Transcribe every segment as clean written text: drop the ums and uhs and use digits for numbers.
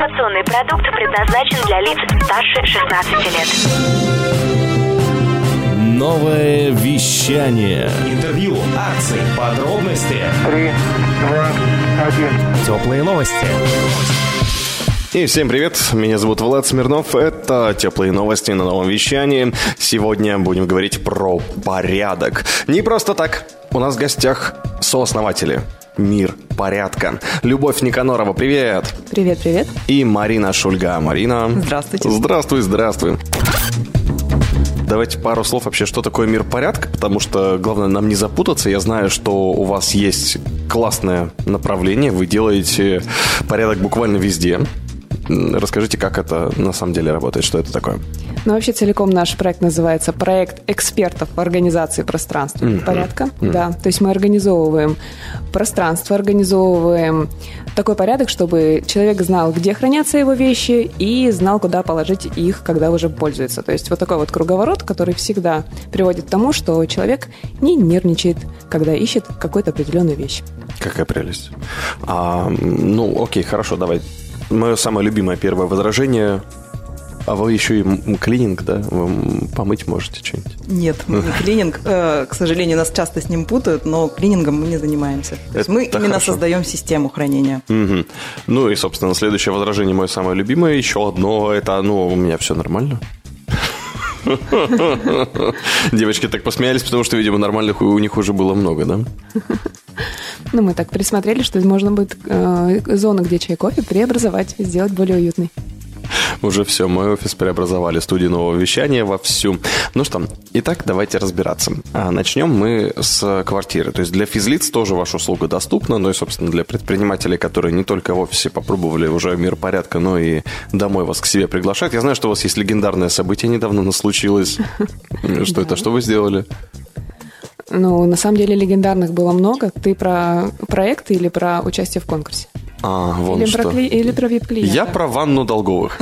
Информационный продукт предназначен для лиц старше 16 лет. Новое вещание. Интервью, акции, подробности. 3, 2, 1. Теплые новости. И всем привет, меня зовут Влад Смирнов, это «Теплые новости» на новом вещании. Сегодня будем говорить про порядок. Не просто так, у нас в гостях сооснователи «Мир порядка». Любовь Никонорова, привет! Привет-привет. И Марина Шульга. Марина. Здравствуйте. Здравствуй. Давайте пару слов вообще, что такое мир порядка, потому что главное нам не запутаться. Я знаю, что у вас есть классное направление, вы делаете порядок буквально везде. Расскажите, как это на самом деле работает, что это такое? Ну, вообще, целиком наш проект называется «Проект экспертов по организации пространства порядка». Да, то есть мы организовываем пространство, организовываем такой порядок, чтобы человек знал, где хранятся его вещи, и знал, куда положить их, когда уже пользуется. То есть вот такой вот круговорот, который всегда приводит к тому, что человек не нервничает, когда ищет какую-то определенную вещь. Какая прелесть. Окей, хорошо, давай. Мое самое любимое первое возражение. А вы еще и клининг, да? Вы помыть можете что-нибудь? Нет, мы не клининг. К сожалению, нас часто с ним путают, но клинингом мы не занимаемся. То есть мы именно создаем систему хранения. Угу. Ну и, собственно, следующее возражение, мое самое любимое, еще одно, это, у меня все нормально. Девочки так посмеялись, потому что, видимо, нормальных у них уже было много, да? Ну, мы так присмотрели, что можно будет зону, где чай, кофе, преобразовать, сделать более уютной. Уже все, мой офис преобразовали, студию нового вещания вовсю. Ну что, итак, давайте разбираться. Начнем мы с квартиры. То есть для физлиц тоже ваша услуга доступна, ну и, собственно, для предпринимателей, которые не только в офисе попробовали уже мир порядка, но и домой вас к себе приглашают. Я знаю, что у вас есть легендарное событие недавно случилось. Что это? Что вы сделали? Ну, на самом деле легендарных было много. Ты про проекты или про участие в конкурсе? Или про VIP-клиента? Я про ванну Долговых.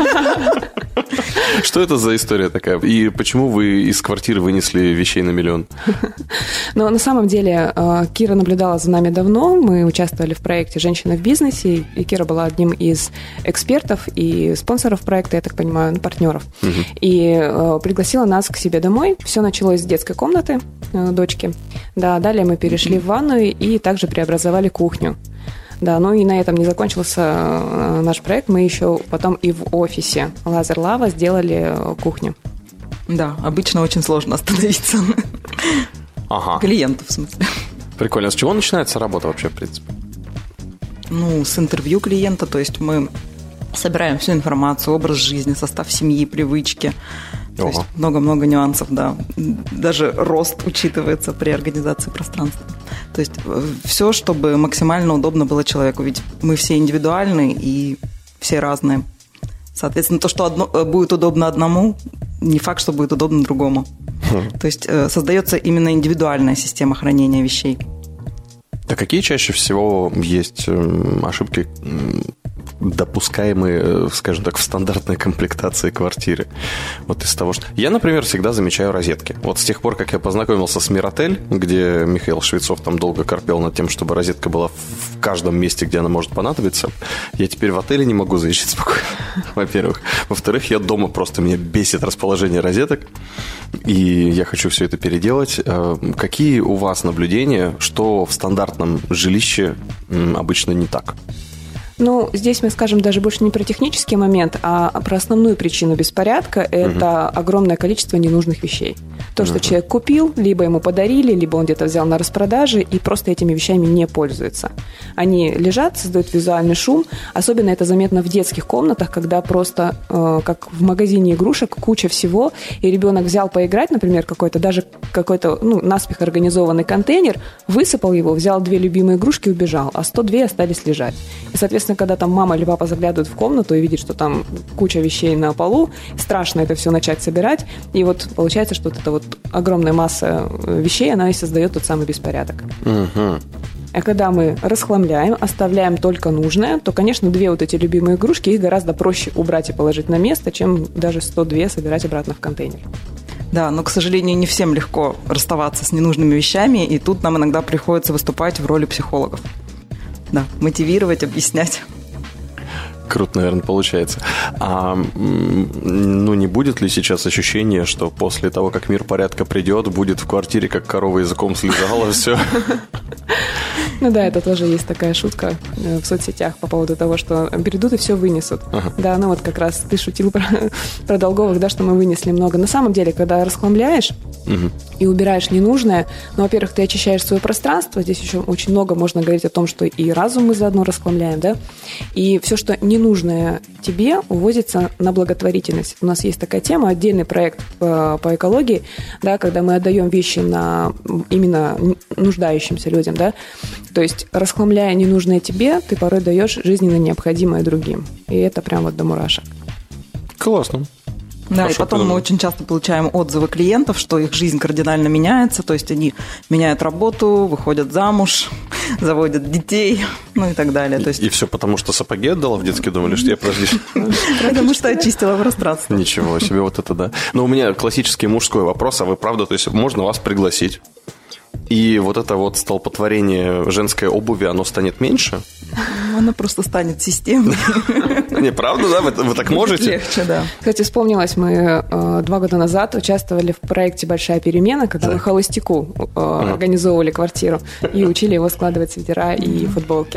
Что это за история такая? И почему вы из квартиры вынесли вещей на миллион? Но на самом деле Кира наблюдала за нами давно. Мы участвовали в проекте «Женщина в бизнесе», и Кира была одним из экспертов и спонсоров проекта, я так понимаю, партнеров. И пригласила нас к себе домой. Все началось с детской комнаты дочки. Да, далее мы перешли в ванную и также преобразовали кухню. Да, ну и на этом не закончился наш проект. Мы еще потом и в офисе Лазер Лава сделали кухню. Да, обычно очень сложно остановиться. Клиенту, в смысле. Прикольно. С чего начинается работа вообще, в принципе? Ну, с интервью клиента. То есть мы собираем всю информацию, образ жизни, состав семьи, привычки. То есть много-много нюансов, да. Даже рост учитывается при организации пространства. То есть все, чтобы максимально удобно было человеку. Ведь мы все индивидуальны и все разные. Соответственно, то, что будет удобно одному, не факт, что будет удобно другому. То есть создается именно индивидуальная система хранения вещей. А какие чаще всего есть ошибки, допускаемые, скажем так, в стандартной комплектации квартиры? Вот из того, что... Я, например, всегда замечаю розетки. Вот с тех пор, как я познакомился с Миротель, где Михаил Швецов там долго корпел над тем, чтобы розетка была в каждом месте, где она может понадобиться, я теперь в отеле не могу заезжать спокойно, во-первых. Во-вторых, я дома просто, меня бесит расположение розеток, и я хочу все это переделать. Какие у вас наблюдения, что в стандартном жилище обычно не так? Ну, здесь мы скажем даже больше не про технический момент, а про основную причину беспорядка – это огромное количество ненужных вещей. То, что человек купил, либо ему подарили, либо он где-то взял на распродаже и просто этими вещами не пользуется. Они лежат, создают визуальный шум. Особенно это заметно в детских комнатах, когда просто, как в магазине игрушек, куча всего, и ребенок взял поиграть, например, какой-то наспех организованный контейнер, высыпал его, взял 2 любимые игрушки и убежал, а 102 остались лежать. И, соответственно, когда там мама или папа заглядывают в комнату и видят, что там куча вещей на полу, страшно это все начать собирать, и вот получается, что вот эта вот огромная масса вещей, она и создает тот самый беспорядок. А когда мы расхламляем, оставляем только нужное, то, конечно, 2 вот эти любимые игрушки, их гораздо проще убрать и положить на место, чем даже 102 собирать обратно в контейнер. Да, но, к сожалению, не всем легко расставаться с ненужными вещами, и тут нам иногда приходится выступать в роли психологов. Да, мотивировать, объяснять. Круто, наверное, получается. Не будет ли сейчас ощущение, что после того, как мир порядка придет, будет в квартире, как корова языком слезала, все? Ну да, это тоже есть такая шутка в соцсетях по поводу того, что придут и все вынесут. Ага. Да, ну вот как раз ты шутил про долговых, да, что мы вынесли много. На самом деле, когда расхламляешь и убираешь ненужное, во-первых, ты очищаешь свое пространство. Здесь еще очень много можно говорить о том, что и разум мы заодно расхламляем, да, и все, что ненужное тебе, уводится на благотворительность. У нас есть такая тема, отдельный проект по экологии, да, когда мы отдаем вещи на именно нуждающимся людям, да. То есть, расхламляя ненужное тебе, ты порой даешь жизненно необходимое другим. И это прям вот до мурашек. Классно. Да, хорошо, и потом мы очень часто получаем отзывы клиентов, что их жизнь кардинально меняется, то есть они меняют работу, выходят замуж, заводят детей, ну и так далее. То есть... И все потому, что сапоги отдала в детский дом, или что? Подожди. Потому что очистила пространство. Ничего себе, вот это да. Но у меня классический мужской вопрос, а вы правда, то есть можно вас пригласить? И вот это вот столпотворение женской обуви, оно станет меньше? Оно просто станет системой. Не, правда, да? Вы так можете? Легче, да. Кстати, вспомнилось, мы 2 года назад участвовали в проекте «Большая перемена», когда мы холостяку организовывали квартиру и учили его складывать свитера и футболки.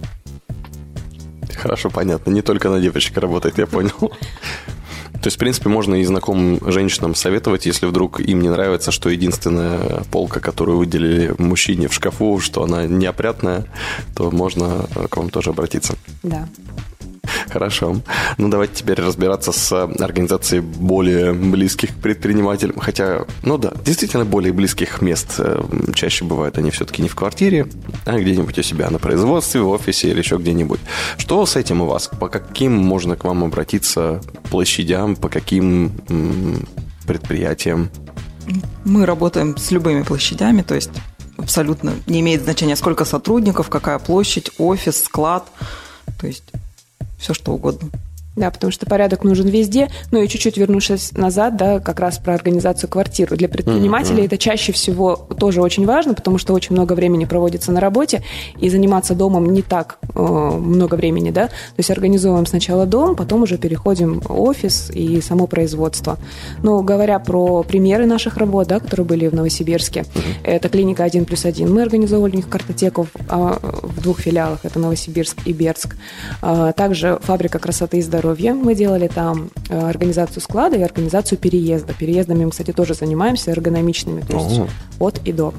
Хорошо, понятно. Не только на девочек работает, я понял. То есть, в принципе, можно и знакомым женщинам советовать, если вдруг им не нравится, что единственная полка, которую выделили мужчине в шкафу, что она неопрятная, то можно к вам тоже обратиться. Да. Хорошо. Ну, давайте теперь разбираться с организацией более близких предпринимателей. Хотя, ну да, действительно более близких мест. Чаще бывают они все-таки не в квартире, а где-нибудь у себя на производстве, в офисе или еще где-нибудь. Что с этим у вас? По каким можно к вам обратиться площадям, по каким предприятиям? Мы работаем с любыми площадями, то есть абсолютно не имеет значения, сколько сотрудников, какая площадь, офис, склад, то есть все что угодно. Да, потому что порядок нужен везде. Ну и чуть-чуть вернувшись назад, да, как раз про организацию квартиры. Для предпринимателей это чаще всего тоже очень важно, потому что очень много времени проводится на работе, и заниматься домом не так много времени, да. То есть организовываем сначала дом, потом уже переходим в офис и само производство. Но говоря про примеры наших работ, да, которые были в Новосибирске, это клиника 1+1. Мы организовывали у них картотеку в 2 филиалах, это Новосибирск и Бердск. Также фабрика красоты и здоровья. Мы делали там организацию склада и организацию переезда. Переездами мы, кстати, тоже занимаемся эргономичными, то есть от и до.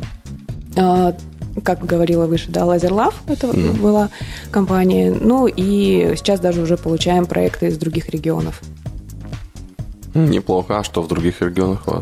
Как говорила выше, да, Laser Love, это была компания. Ну и сейчас даже уже получаем проекты из других регионов. Неплохо. А что в других регионах у вас?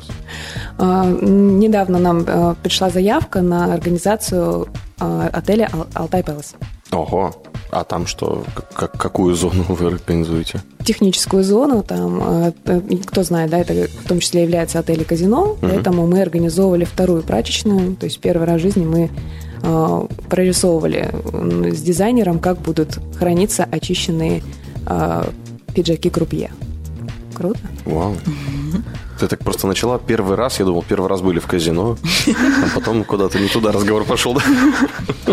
Недавно нам пришла заявка на организацию отеля «Алтай Пэлас». Ого. А там что? Какую зону вы организуете? Техническую зону. Там, кто знает, да, это в том числе является отель и казино. Поэтому мы организовывали 2-ю прачечную. То есть первый раз в жизни мы прорисовывали с дизайнером, как будут храниться очищенные пиджаки крупье. Круто? Вау. Ты так просто начала первый раз, я думал, первый раз были в казино, а потом куда-то не туда разговор пошел, да?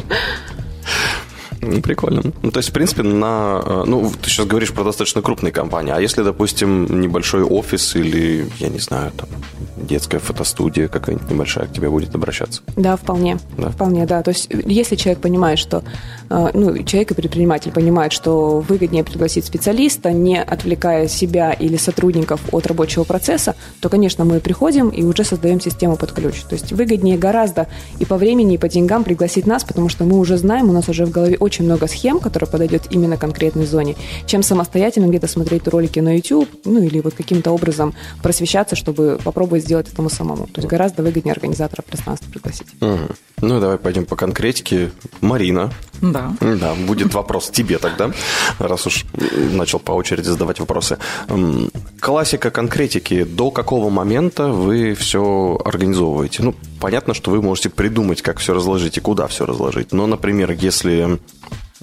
Прикольно. Ну, то есть, в принципе, ты сейчас говоришь про достаточно крупные компании, а если, допустим, небольшой офис или, я не знаю, там, детская фотостудия какая-нибудь небольшая к тебе будет обращаться? Да, вполне. Да? Вполне, да. То есть, если человек понимает, что, человек и предприниматель понимает, что выгоднее пригласить специалиста, не отвлекая себя или сотрудников от рабочего процесса, то, конечно, мы приходим и уже создаем систему под ключ. То есть, выгоднее гораздо и по времени, и по деньгам пригласить нас, потому что мы уже знаем, у нас уже в голове очень много схем, которые подойдет именно конкретной зоне, чем самостоятельно где-то смотреть ролики на YouTube, или вот каким-то образом просвещаться, чтобы попробовать сделать этому самому. То есть гораздо выгоднее организатора пространства пригласить. Ну, давай пойдем по конкретике. Марина. Да. Да, будет вопрос тебе тогда, раз уж начал по очереди задавать вопросы. Классика конкретики. До какого момента вы все организовываете? Ну, понятно, что вы можете придумать, как все разложить и куда все разложить. Но, например, если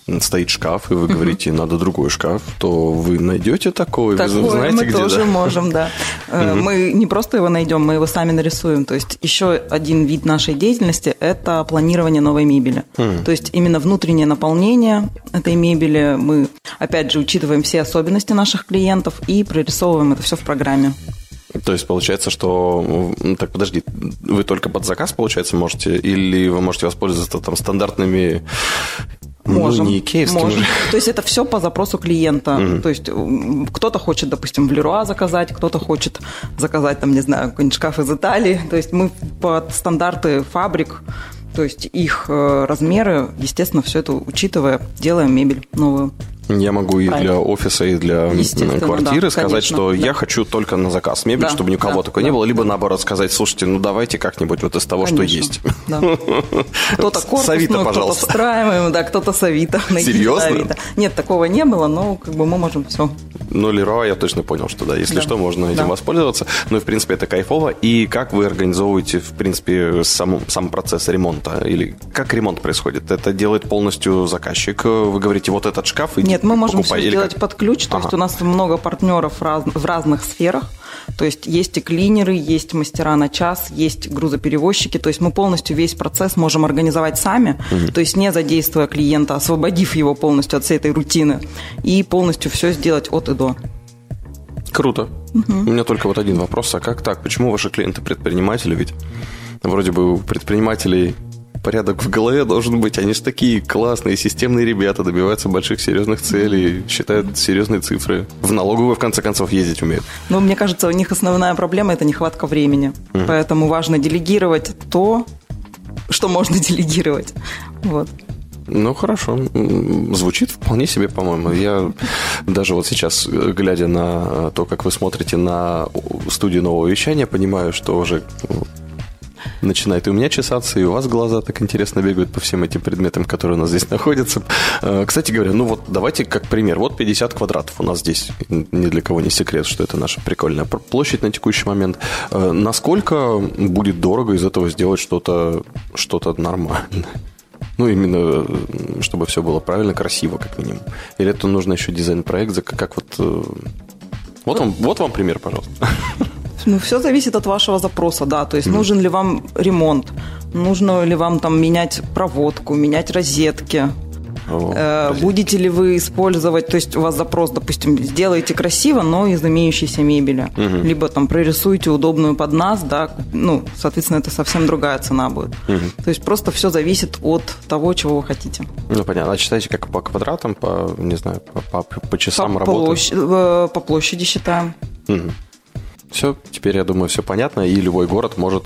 стоит шкаф, и вы говорите, надо другой шкаф, то вы найдете такой? Такое вы знаете, мы где, тоже да? можем, да. Мы не просто его найдем, мы его сами нарисуем. То есть еще один вид нашей деятельности – это планирование новой мебели. То есть именно внутреннее наполнение этой мебели мы, опять же, учитываем все особенности наших клиентов и прорисовываем это все в программе. То есть получается, что... Так, подожди, вы только под заказ, получается, можете? Или вы можете воспользоваться там стандартными... Можем. Ну, не икеевскими. Можем. То есть это все по запросу клиента. То есть кто-то хочет, допустим, в Леруа заказать, кто-то хочет заказать, там, не знаю, какой-нибудь шкаф из Италии. То есть мы под стандарты фабрик, то есть их размеры, естественно, все это учитывая, делаем мебель новую. Я могу и для офиса, и для квартиры да, сказать, конечно, что да. я хочу только на заказ мебель, Да, чтобы ни у кого да, такой не было, либо наоборот сказать, слушайте, ну давайте как-нибудь вот из того, Конечно, что есть. Да. Кто-то С Авито, корпусную, кто-то пожалуйста. встраиваем, да, кто-то с Авито. Серьезно? Авито. Нет, такого не было, но как бы мы можем все. Ну, Леруа я точно понял, что да, если Да. что, можно этим Да. воспользоваться. Ну и, в принципе, это кайфово. И как вы организовываете, в принципе, сам процесс ремонта? Или как ремонт происходит? Это делает полностью заказчик? Вы говорите, вот этот шкаф, иди Нет, мы можем покупай. все Или сделать как? под ключ, то есть у нас много партнеров в разных сферах. То есть есть и клинеры, есть мастера на час, есть грузоперевозчики. То есть мы полностью весь процесс можем организовать сами, то есть не задействуя клиента, освободив его полностью от всей этой рутины и полностью все сделать от и до. Круто. У меня только вот один вопрос. А как так? Почему ваши клиенты предприниматели? Ведь вроде бы у предпринимателей порядок в голове должен быть. Они же такие классные, системные ребята, добиваются больших, серьезных целей, считают серьезные цифры. В налоговую, в конце концов, ездить умеют. Но мне кажется, у них основная проблема – это нехватка времени. Поэтому важно делегировать то, что можно делегировать. Вот. Ну, хорошо. Звучит вполне себе, по-моему. Я даже вот сейчас, глядя на то, как вы смотрите на студию нового вещания, понимаю, что уже начинает и у меня чесаться, и у вас глаза так интересно бегают по всем этим предметам, которые у нас здесь находятся. Кстати говоря, ну вот давайте как пример. Вот 50 квадратов у нас здесь. Ни для кого не секрет, что это наша прикольная площадь на текущий момент. Насколько будет дорого из этого сделать что-то нормальное? Ну, именно, чтобы все было правильно, красиво, как минимум. Или это нужно еще дизайн-проект? Как вот... Вот вам пример, пожалуйста. Ну, все зависит от вашего запроса, да. То есть нужен ли вам ремонт, нужно ли вам там менять проводку, менять розетки. Будете ли вы использовать, то есть у вас запрос, допустим, сделайте красиво, но из имеющейся мебели. Либо там прорисуйте удобную под нас, да, ну, соответственно, это совсем другая цена будет. То есть просто все зависит от того, чего вы хотите. Ну, понятно. А считаете как по квадратам, не знаю, по часам работы? По площади считаем. Все, теперь, я думаю, все понятно, и любой город может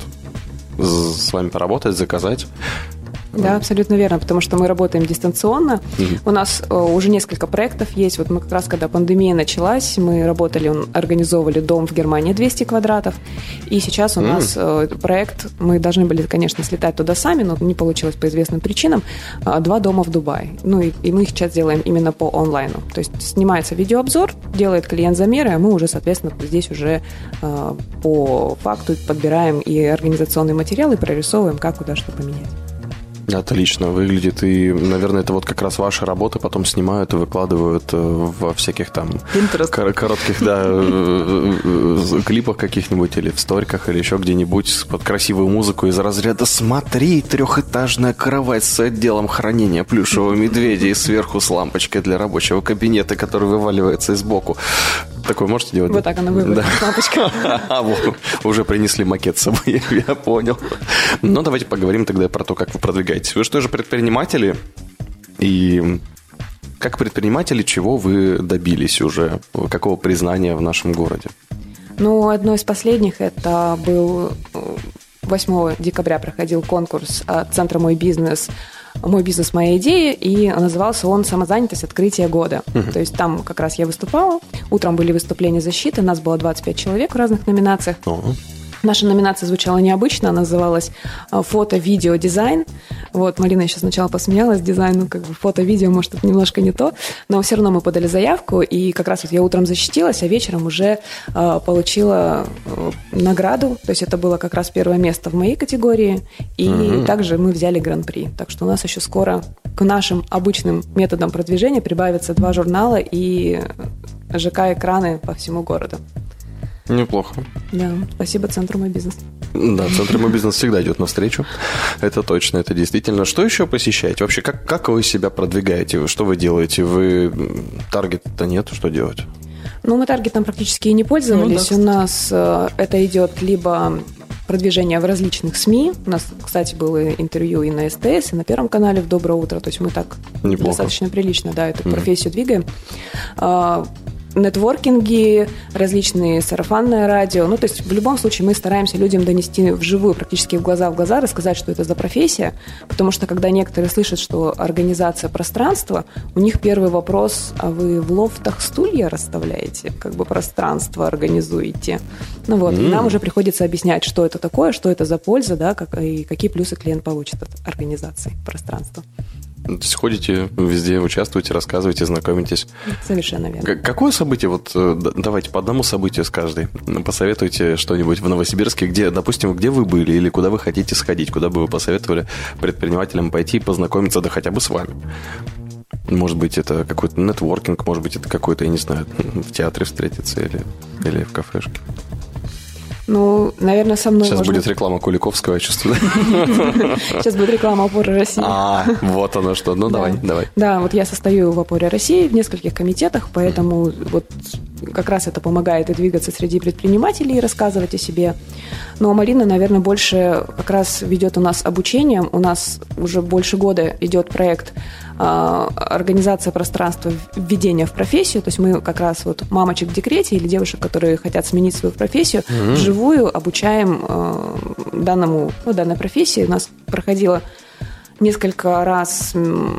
с вами поработать, заказать. Да, абсолютно верно, потому что мы работаем дистанционно. У нас уже несколько проектов есть. Вот мы как раз, когда пандемия началась, мы работали, организовывали дом в Германии 200 квадратов. И сейчас у нас проект, мы должны были, конечно, слетать туда сами, но не получилось по известным причинам, 2 дома в Дубае. Ну и мы их сейчас делаем именно по онлайну. То есть снимается видеообзор, делает клиент замеры, а мы уже, соответственно, здесь уже по факту подбираем и организационный материал, и прорисовываем, как, куда, что поменять. Отлично выглядит, и, наверное, это вот как раз ваша работа, потом снимают и выкладывают во всяких там коротких, да, клипах каких-нибудь или в сториках, или еще где-нибудь под красивую музыку из разряда «Смотри, 3-этажная кровать с отделом хранения плюшевого медведя и сверху с лампочкой для рабочего кабинета, который вываливается сбоку». Такое можете делать? Вот так она вывалилась, лампочка. Уже принесли макет с собой, я понял. Ну, давайте поговорим тогда про то, как вы продвигаетесь. Вы что же предприниматели? И как предприниматели, чего вы добились уже? Какого признания в нашем городе? Ну, одно из последних, это был 8 декабря проходил конкурс от центра «Мой бизнес», моя идея, и назывался он «Самозанятость. Открытие года». То есть там как раз я выступала, утром были выступления защиты, нас было 25 человек в разных номинациях. Наша номинация звучала необычно, она называлась «Фото-видео-дизайн». Вот, Марина еще сначала посмеялась, дизайн, фото-видео, может, это немножко не то, но все равно мы подали заявку, и как раз вот я утром защитилась, а вечером уже получила награду, то есть это было как раз первое место в моей категории, и также мы взяли гран-при. Так что у нас еще скоро к нашим обычным методам продвижения прибавятся 2 журнала и ЖК-экраны по всему городу. Неплохо. Да, спасибо Центру «Мой бизнес». Да, Центр «Мой бизнес» всегда идет навстречу. Это точно, это действительно. Что еще посещаете? Вообще, как вы себя продвигаете? Что вы делаете? Вы таргета-то нет? Что делать? Ну, мы таргетом практически и не пользовались. У нас это идет либо продвижение в различных СМИ. У нас, кстати, было интервью и на СТС, и на Первом канале в «Доброе утро». То есть мы так достаточно прилично, да, эту профессию двигаем. Нетворкинги, различные сарафанное радио. Ну, то есть в любом случае мы стараемся людям донести вживую, практически в глаза, рассказать, что это за профессия, потому что когда некоторые слышат, что организация пространства, у них первый вопрос: а вы в лофтах стулья расставляете, пространство организуете? Ну вот, и нам уже приходится объяснять, что это такое, что это за польза, да, и какие плюсы клиент получит от организации пространства. То есть ходите везде, участвуете, рассказываете, знакомитесь. Совершенно верно. Какое событие, давайте по одному событию с каждой. Посоветуйте что-нибудь в Новосибирске, допустим, где вы были или куда вы хотите сходить, куда бы вы посоветовали предпринимателям пойти и познакомиться, да хотя бы с вами. Может быть, это какой-то нетворкинг, может быть, это какой-то, я не знаю, в театре встретиться или в кафешке. Ну, наверное, со мной Сейчас будет реклама Куликовского, я чувствую. Сейчас будет реклама «Опоры России». Вот оно что. Ну, давай. Да, вот я состою в «Опоре России» в нескольких комитетах, поэтому вот как раз это помогает и двигаться среди предпринимателей, и рассказывать о себе. Но Марина, наверное, больше как раз ведет у нас обучение. У нас уже больше года идет проект организация пространства введения в профессию. То есть мы как раз вот мамочек в декрете или девушек, которые хотят сменить свою профессию, вживую обучаем данной профессии. У нас проходило несколько раз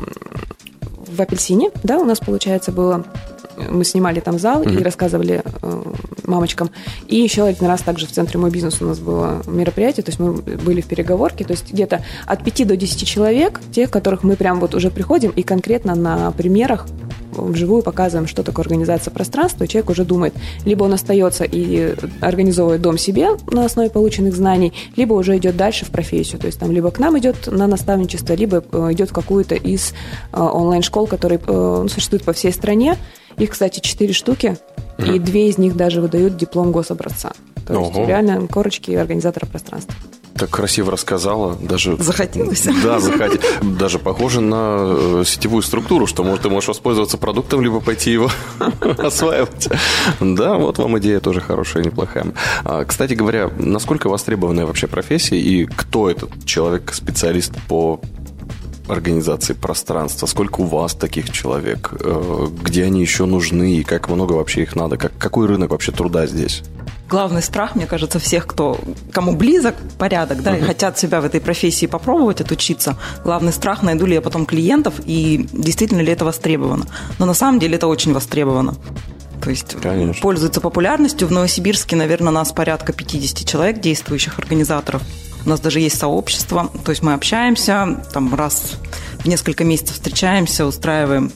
в «Апельсине», да, у нас, получается, было. Мы снимали там зал и рассказывали мамочкам. И еще один раз также в Центре «Мой бизнес» у нас было мероприятие, то есть мы были в переговорке, то есть где-то от 5 до 10 человек, тех, которых мы прям вот уже приходим и конкретно на примерах вживую показываем, что такое организация пространства, и человек уже думает, либо он остается и организовывает дом себе на основе полученных знаний, либо уже идет дальше в профессию, то есть там либо к нам идет на наставничество, либо идет в какую-то из онлайн-школ, которые существуют по всей стране. Их, кстати, 4 штуки, и 2 из них даже выдают диплом гособразца. То есть реально корочки организатора пространства. Так красиво рассказала, даже... Захотелось. Да, даже похоже на сетевую структуру, что ты можешь воспользоваться продуктом, либо пойти его осваивать. Да, вот вам идея тоже хорошая, неплохая. Кстати говоря, насколько востребованная вообще профессия, и кто этот человек, специалист по организации пространства? Сколько у вас таких человек? Где они еще нужны? И как много вообще их надо? Какой рынок вообще труда здесь? Главный страх, мне кажется, всех, кому близок порядок, да, и хотят себя в этой профессии попробовать, отучиться. Главный страх, найду ли я потом клиентов, и действительно ли это востребовано. Но на самом деле это очень востребовано. То есть пользуется популярностью. В Новосибирске, наверное, нас порядка 50 человек, действующих организаторов. У нас даже есть сообщество, то есть мы общаемся, там раз в несколько месяцев встречаемся, устраиваем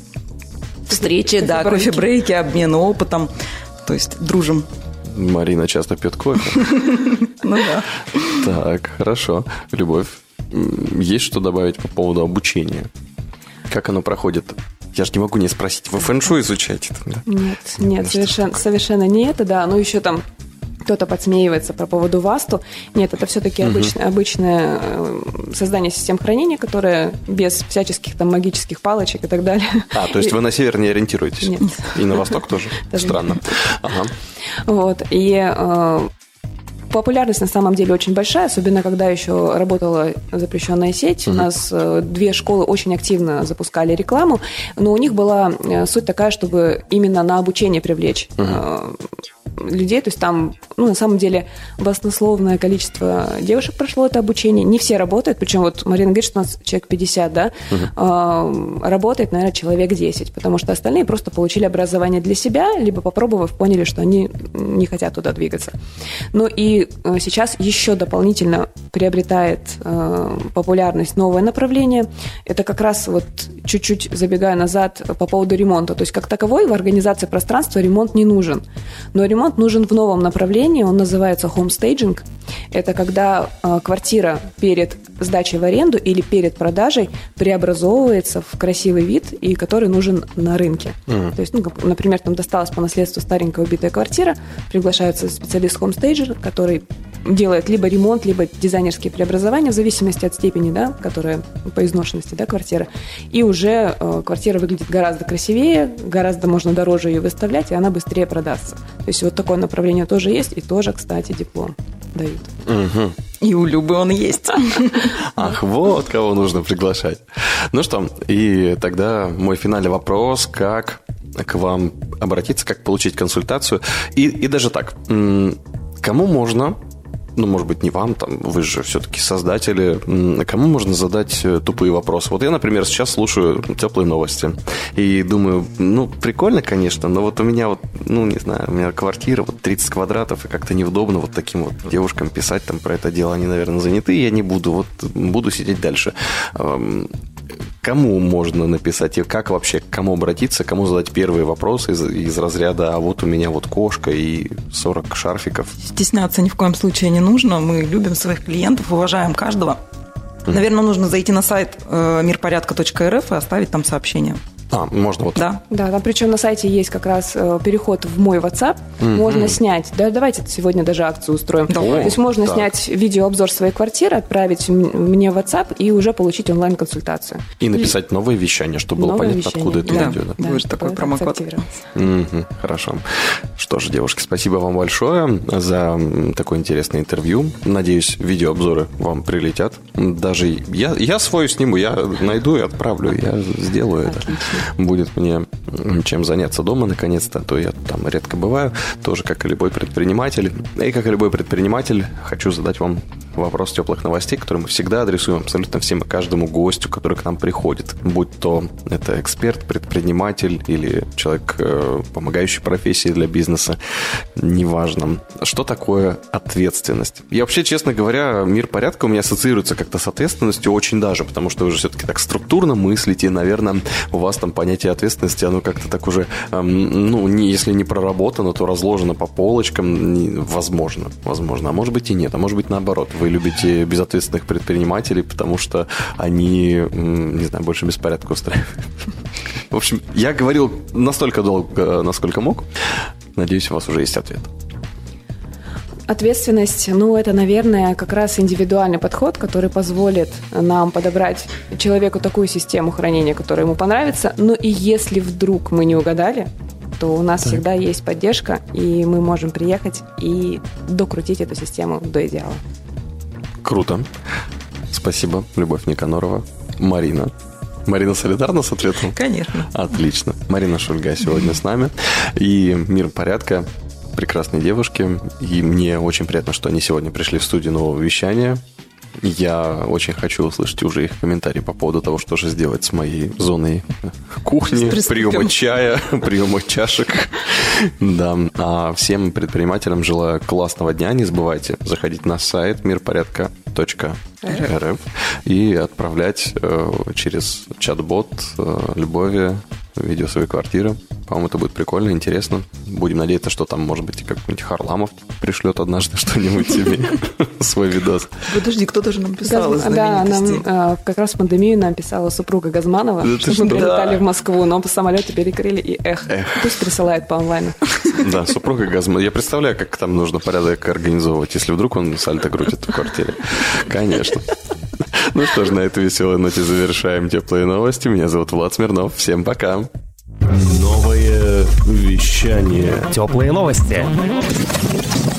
встречи, да, кофе-брейки, обмен опытом, то есть дружим. Марина часто пьет кофе. Ну да. Так, хорошо. Любовь, есть что добавить по поводу обучения? Как оно проходит? Я же не могу не спросить. Вы фэн-шуй изучаете? Нет, совершенно не это, да. Ну, еще там кто-то подсмеивается по поводу ВАСТу. Нет, это все-таки обычное создание систем хранения, которое без всяческих там магических палочек и так далее. То есть вы на север не ориентируетесь? Нет. И на восток тоже? Странно. Вот. И популярность на самом деле очень большая, особенно когда еще работала запрещенная сеть. У нас 2 школы очень активно запускали рекламу, но у них была суть такая, чтобы именно на обучение привлечь людей, то есть там, на самом деле, баснословное количество девушек прошло это обучение. Не все работают, причем вот Марина говорит, что у нас человек 50, да, работает, наверное, человек 10, потому что остальные просто получили образование для себя, либо попробовав, поняли, что они не хотят туда двигаться. Ну и сейчас еще дополнительно приобретает популярность новое направление. Это как раз вот чуть-чуть забегая назад по поводу ремонта. То есть как таковой в организации пространства ремонт не нужен. Но ремонт нужен в новом направлении, он называется homestaging. Это когда квартира перед сдачей в аренду или перед продажей преобразовывается в красивый вид, и который нужен на рынке. То есть, например, там досталась по наследству старенькая убитая квартира, приглашается специалист-homestager, который делает либо ремонт, либо дизайнерские преобразования в зависимости от степени, да, которая по изношенности, да, квартиры. И уже квартира выглядит гораздо красивее, гораздо можно дороже ее выставлять, и она быстрее продастся. То есть вот такое направление тоже есть, и тоже, кстати, диплом дают. Угу. И у Любы он есть. Ах, вот кого нужно приглашать. Ну что, и тогда мой финальный вопрос, как к вам обратиться, как получить консультацию. И даже так, кому можно, может быть, не вам, там, вы же все-таки создатели, кому можно задать тупые вопросы? Вот я, например, сейчас слушаю теплые новости и думаю, прикольно, конечно, но вот у меня не знаю, у меня квартира 30 квадратов, и как-то неудобно вот таким вот девушкам писать там про это дело, они, наверное, заняты, и я не буду, буду сидеть дальше. Кому можно написать и как вообще, к кому обратиться, кому задать первые вопросы из разряда «а вот у меня кошка и 40 шарфиков». Стесняться ни в коем случае не нужно. Мы любим своих клиентов, уважаем каждого. Наверное, нужно зайти на сайт мирпорядка.рф и оставить там сообщение. Можно вот. Да. Да, там причем на сайте есть как раз переход в мой WhatsApp. Можно снять, давайте сегодня даже акцию устроим. Давай. То есть можно снять видеообзор своей квартиры, отправить мне в WhatsApp и уже получить онлайн-консультацию. И написать новое вещание, чтобы было понятно, откуда это идет. Да, будет такой промокод. Хорошо. Что ж, девушки, спасибо вам большое за такое интересное интервью. Надеюсь, видеообзоры вам прилетят. Даже я свой сниму, я найду и отправлю, я сделаю это. Будет мне чем заняться дома, наконец-то, а то я там редко бываю, тоже как и любой предприниматель. И как и любой предприниматель, хочу задать вам вопрос теплых новостей, который мы всегда адресуем абсолютно всем и каждому гостю, который к нам приходит. Будь то это эксперт, предприниматель или человек, помогающий профессии для бизнеса, неважно. Что такое ответственность? Я вообще, честно говоря, мир порядка у меня ассоциируется как-то с ответственностью очень даже, потому что вы же все-таки так структурно мыслите, наверное, у вас там понятие ответственности, оно как-то так уже, если не проработано, то разложено по полочкам, возможно, а может быть и нет, а может быть наоборот, вы любите безответственных предпринимателей, потому что они, не знаю, больше беспорядка устраивают. В общем, я говорил настолько долго, насколько мог. Надеюсь, у вас уже есть ответ. Ответственность, это, наверное, как раз индивидуальный подход, который позволит нам подобрать человеку такую систему хранения, которая ему понравится. Но и если вдруг мы не угадали, то у нас всегда есть поддержка, и мы можем приехать и докрутить эту систему до идеала. Круто. Спасибо, Любовь Никонорова. Марина солидарна с ответом? Конечно. Отлично. Марина Шульга сегодня с нами. И «Мир порядка». Прекрасные девушки, и мне очень приятно, что они сегодня пришли в студию нового вещания. Я очень хочу услышать уже их комментарии по поводу того, что же сделать с моей зоной кухни, приема чая, приема чашек. Да. А всем предпринимателям желаю классного дня. Не забывайте заходить на сайт мирпорядка.рф и отправлять через чат-бот Любови видео своей квартиры. По-моему, это будет прикольно, интересно. Будем надеяться, что там, может быть, и какой-нибудь Харламов пришлет однажды что-нибудь тебе, свой видос. Подожди, кто-то же нам писал из знаменитостей. знаменитостей. Да, как раз в пандемию нам писала супруга Газманова, что мы прилетали в Москву, но самолеты перекрыли, и пусть присылает по онлайну. Да, супруга Газманова. Я представляю, как там нужно порядок организовывать, если вдруг он сальто крутит в квартире. Конечно. Ну что ж, на этой веселой ноте завершаем теплые новости. Меня зовут Влад Смирнов. Всем пока. Новое вещание. Теплые новости.